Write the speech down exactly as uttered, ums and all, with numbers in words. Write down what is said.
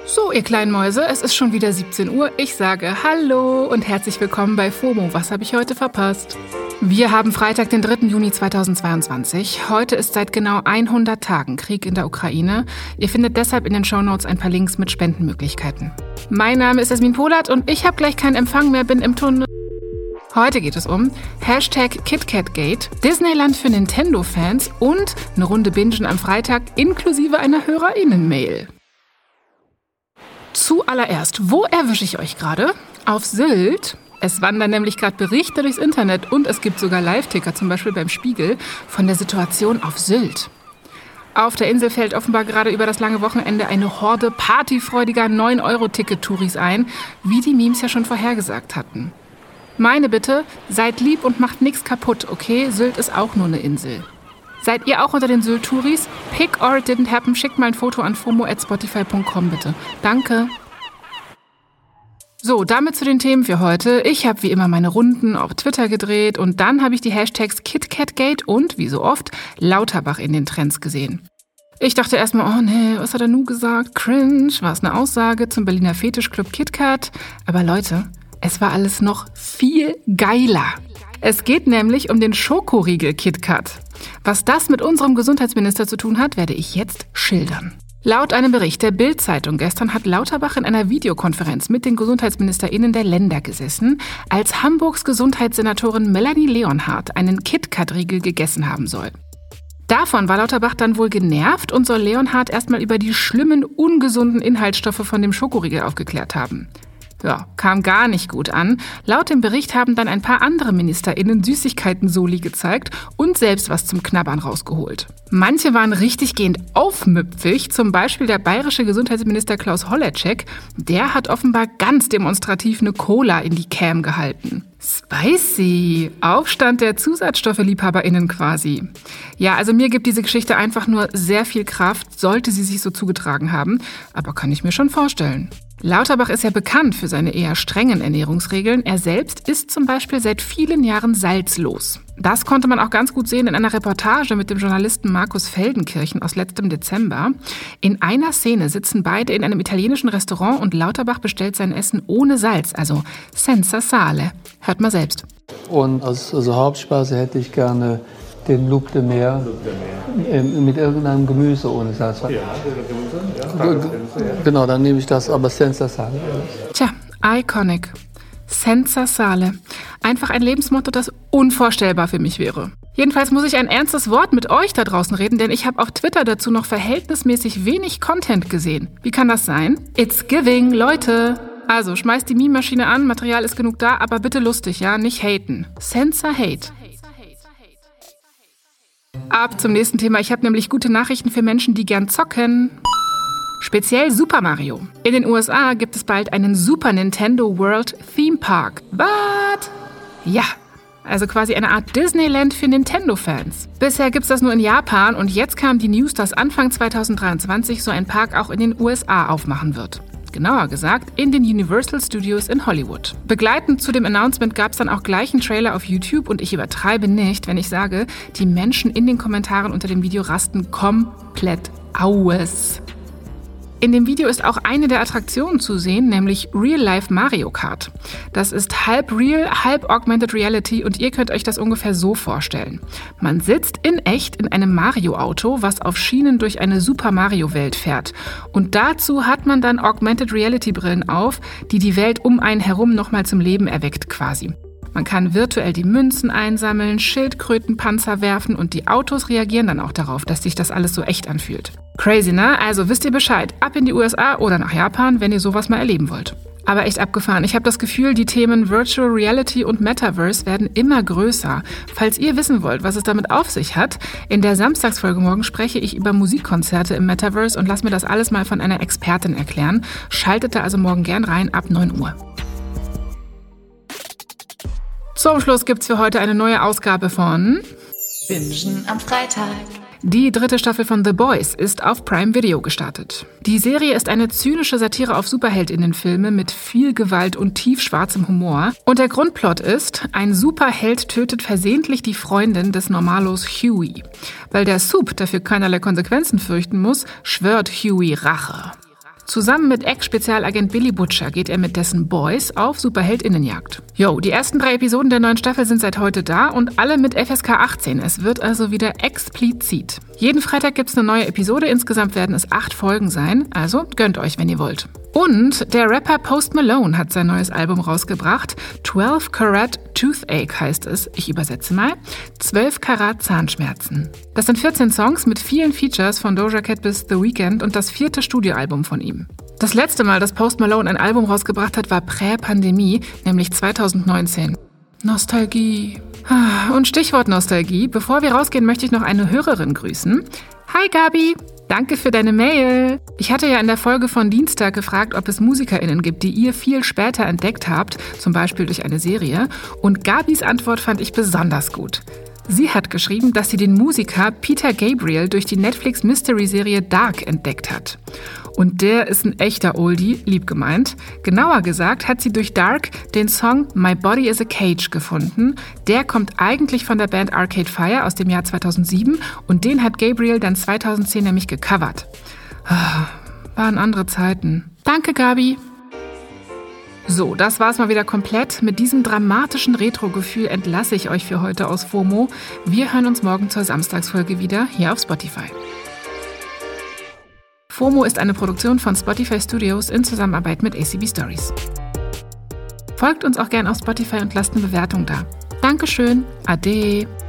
So, ihr kleinen Mäuse, es ist schon wieder siebzehn Uhr. Ich sage Hallo und herzlich willkommen bei FOMO. Was habe ich heute verpasst? Wir haben Freitag, den dritten Juni zweitausendzweiundzwanzig. Heute ist seit genau hundert Tagen Krieg in der Ukraine. Ihr findet deshalb in den Shownotes ein paar Links mit Spendenmöglichkeiten. Mein Name ist Jasmin Polat und ich habe gleich keinen Empfang mehr, bin im Tunnel. Heute geht es um Hashtag KitKatGate, Disneyland für Nintendo-Fans und eine Runde Bingen am Freitag inklusive einer HörerInnen-Mail. Zuallererst, wo erwische ich euch gerade? Auf Sylt. Es wandern nämlich gerade Berichte durchs Internet und es gibt sogar Live-Ticker, zum Beispiel beim Spiegel, von der Situation auf Sylt. Auf der Insel fällt offenbar gerade über das lange Wochenende eine Horde partyfreudiger neun Euro Ticket-Touris ein, wie die Memes ja schon vorhergesagt hatten. Meine Bitte, seid lieb und macht nichts kaputt, okay? Sylt ist auch nur eine Insel. Seid ihr auch unter den Sylt-Touris? Pick or it didn't happen. Schickt mal ein Foto an fomo at spotify punkt com bitte. Danke. So, damit zu den Themen für heute. Ich habe wie immer meine Runden auf Twitter gedreht und dann habe ich die Hashtags KitKatGate und, wie so oft, Lauterbach in den Trends gesehen. Ich dachte erstmal, oh nee, was hat er nun gesagt? Cringe, war es eine Aussage zum Berliner Fetischclub KitKat? Aber Leute, es war alles noch viel geiler. Es geht nämlich um den Schokoriegel KitKat. Was das mit unserem Gesundheitsminister zu tun hat, werde ich jetzt schildern. Laut einem Bericht der Bild-Zeitung gestern hat Lauterbach in einer Videokonferenz mit den GesundheitsministerInnen der Länder gesessen, als Hamburgs Gesundheitssenatorin Melanie Leonhardt einen KitKat-Riegel gegessen haben soll. Davon war Lauterbach dann wohl genervt und soll Leonhardt erstmal über die schlimmen, ungesunden Inhaltsstoffe von dem Schokoriegel aufgeklärt haben. Ja, kam gar nicht gut an. Laut dem Bericht haben dann ein paar andere MinisterInnen Süßigkeiten-Soli gezeigt und selbst was zum Knabbern rausgeholt. Manche waren richtiggehend aufmüpfig, zum Beispiel der bayerische Gesundheitsminister Klaus Holleczek. Der hat offenbar ganz demonstrativ eine Cola in die Cam gehalten. Spicy! Aufstand der Zusatzstoffe-LiebhaberInnen quasi. Ja, also mir gibt diese Geschichte einfach nur sehr viel Kraft, sollte sie sich so zugetragen haben. Aber kann ich mir schon vorstellen. Lauterbach ist ja bekannt für seine eher strengen Ernährungsregeln. Er selbst isst zum Beispiel seit vielen Jahren salzlos. Das konnte man auch ganz gut sehen in einer Reportage mit dem Journalisten Markus Feldenkirchen aus letztem Dezember. In einer Szene sitzen beide in einem italienischen Restaurant und Lauterbach bestellt sein Essen ohne Salz, also senza sale. Hört mal selbst. Und als also Hauptspeise hätte ich gerne den Loup de Mer äh, mit irgendeinem Gemüse ohne Salz. Ja, Gemüse. Ja, genau, dann nehme ich das, aber senza sale. Tja, iconic. Senza sale. Einfach ein Lebensmotto, das unvorstellbar für mich wäre. Jedenfalls muss ich ein ernstes Wort mit euch da draußen reden, denn ich habe auf Twitter dazu noch verhältnismäßig wenig Content gesehen. Wie kann das sein? It's giving, Leute. Also, schmeißt die Meme-Maschine an, Material ist genug da, aber bitte lustig, ja, nicht haten. Senza hate. Ab zum nächsten Thema. Ich habe nämlich gute Nachrichten für Menschen, die gern zocken. Speziell Super Mario. In den U S A gibt es bald einen Super Nintendo World Theme Park. What? Ja, also quasi eine Art Disneyland für Nintendo-Fans. Bisher gibt's das nur in Japan und jetzt kam die News, dass Anfang zweitausenddreiundzwanzig so ein Park auch in den U S A aufmachen wird. Genauer gesagt, in den Universal Studios in Hollywood. Begleitend zu dem Announcement gab es dann auch gleich einen Trailer auf YouTube und ich übertreibe nicht, wenn ich sage, die Menschen in den Kommentaren unter dem Video rasten komplett aus. In dem Video ist auch eine der Attraktionen zu sehen, nämlich Real-Life Mario Kart. Das ist halb real, halb augmented reality und ihr könnt euch das ungefähr so vorstellen. Man sitzt in echt in einem Mario-Auto, was auf Schienen durch eine Super-Mario-Welt fährt. Und dazu hat man dann augmented reality-Brillen auf, die die Welt um einen herum nochmal zum Leben erweckt quasi. Man kann virtuell die Münzen einsammeln, Schildkrötenpanzer werfen und die Autos reagieren dann auch darauf, dass sich das alles so echt anfühlt. Crazy, ne? Also wisst ihr Bescheid. Ab in die U S A oder nach Japan, wenn ihr sowas mal erleben wollt. Aber echt abgefahren. Ich habe das Gefühl, die Themen Virtual Reality und Metaverse werden immer größer. Falls ihr wissen wollt, was es damit auf sich hat, in der Samstagsfolge morgen spreche ich über Musikkonzerte im Metaverse und lass mir das alles mal von einer Expertin erklären. Schaltet da also morgen gern rein ab neun Uhr. Zum Schluss gibt's für heute eine neue Ausgabe von Bingen am Freitag. Die dritte Staffel von The Boys ist auf Prime Video gestartet. Die Serie ist eine zynische Satire auf Superheldinnenfilme mit viel Gewalt und tiefschwarzem Humor. Und der Grundplot ist, ein Superheld tötet versehentlich die Freundin des Normalos Huey. Weil der Soup dafür keinerlei Konsequenzen fürchten muss, schwört Huey Rache. Zusammen mit Ex-Spezialagent Billy Butcher geht er mit dessen Boys auf SuperheldInnenjagd. Jo, die ersten drei Episoden der neuen Staffel sind seit heute da und alle mit F S K achtzehn. Es wird also wieder explizit. Jeden Freitag gibt's eine neue Episode, insgesamt werden es acht Folgen sein, also gönnt euch, wenn ihr wollt. Und der Rapper Post Malone hat sein neues Album rausgebracht. zwölf Karat Toothache heißt es. Ich übersetze mal. zwölf Karat Zahnschmerzen. Das sind vierzehn Songs mit vielen Features von Doja Cat bis The Weeknd und das vierte Studioalbum von ihm. Das letzte Mal, dass Post Malone ein Album rausgebracht hat, war Prä-Pandemie, nämlich zwanzig neunzehn. Nostalgie. Und Stichwort Nostalgie. Bevor wir rausgehen, möchte ich noch eine Hörerin grüßen. Hi Gabi! Danke für deine Mail. Ich hatte ja in der Folge von Dienstag gefragt, ob es MusikerInnen gibt, die ihr viel später entdeckt habt, zum Beispiel durch eine Serie. Und Gabis Antwort fand ich besonders gut. Sie hat geschrieben, dass sie den Musiker Peter Gabriel durch die Netflix-Mystery-Serie Dark entdeckt hat. Und der ist ein echter Oldie, lieb gemeint. Genauer gesagt hat sie durch Dark den Song My Body is a Cage gefunden. Der kommt eigentlich von der Band Arcade Fire aus dem Jahr zweitausendsieben und den hat Gabriel dann zweitausendzehn nämlich gecovert. Ah, waren andere Zeiten. Danke, Gabi. So, das war's mal wieder komplett. Mit diesem dramatischen Retro-Gefühl entlasse ich euch für heute aus FOMO. Wir hören uns morgen zur Samstagsfolge wieder hier auf Spotify. FOMO ist eine Produktion von Spotify Studios in Zusammenarbeit mit A C B Stories. Folgt uns auch gern auf Spotify und lasst eine Bewertung da. Dankeschön. Ade.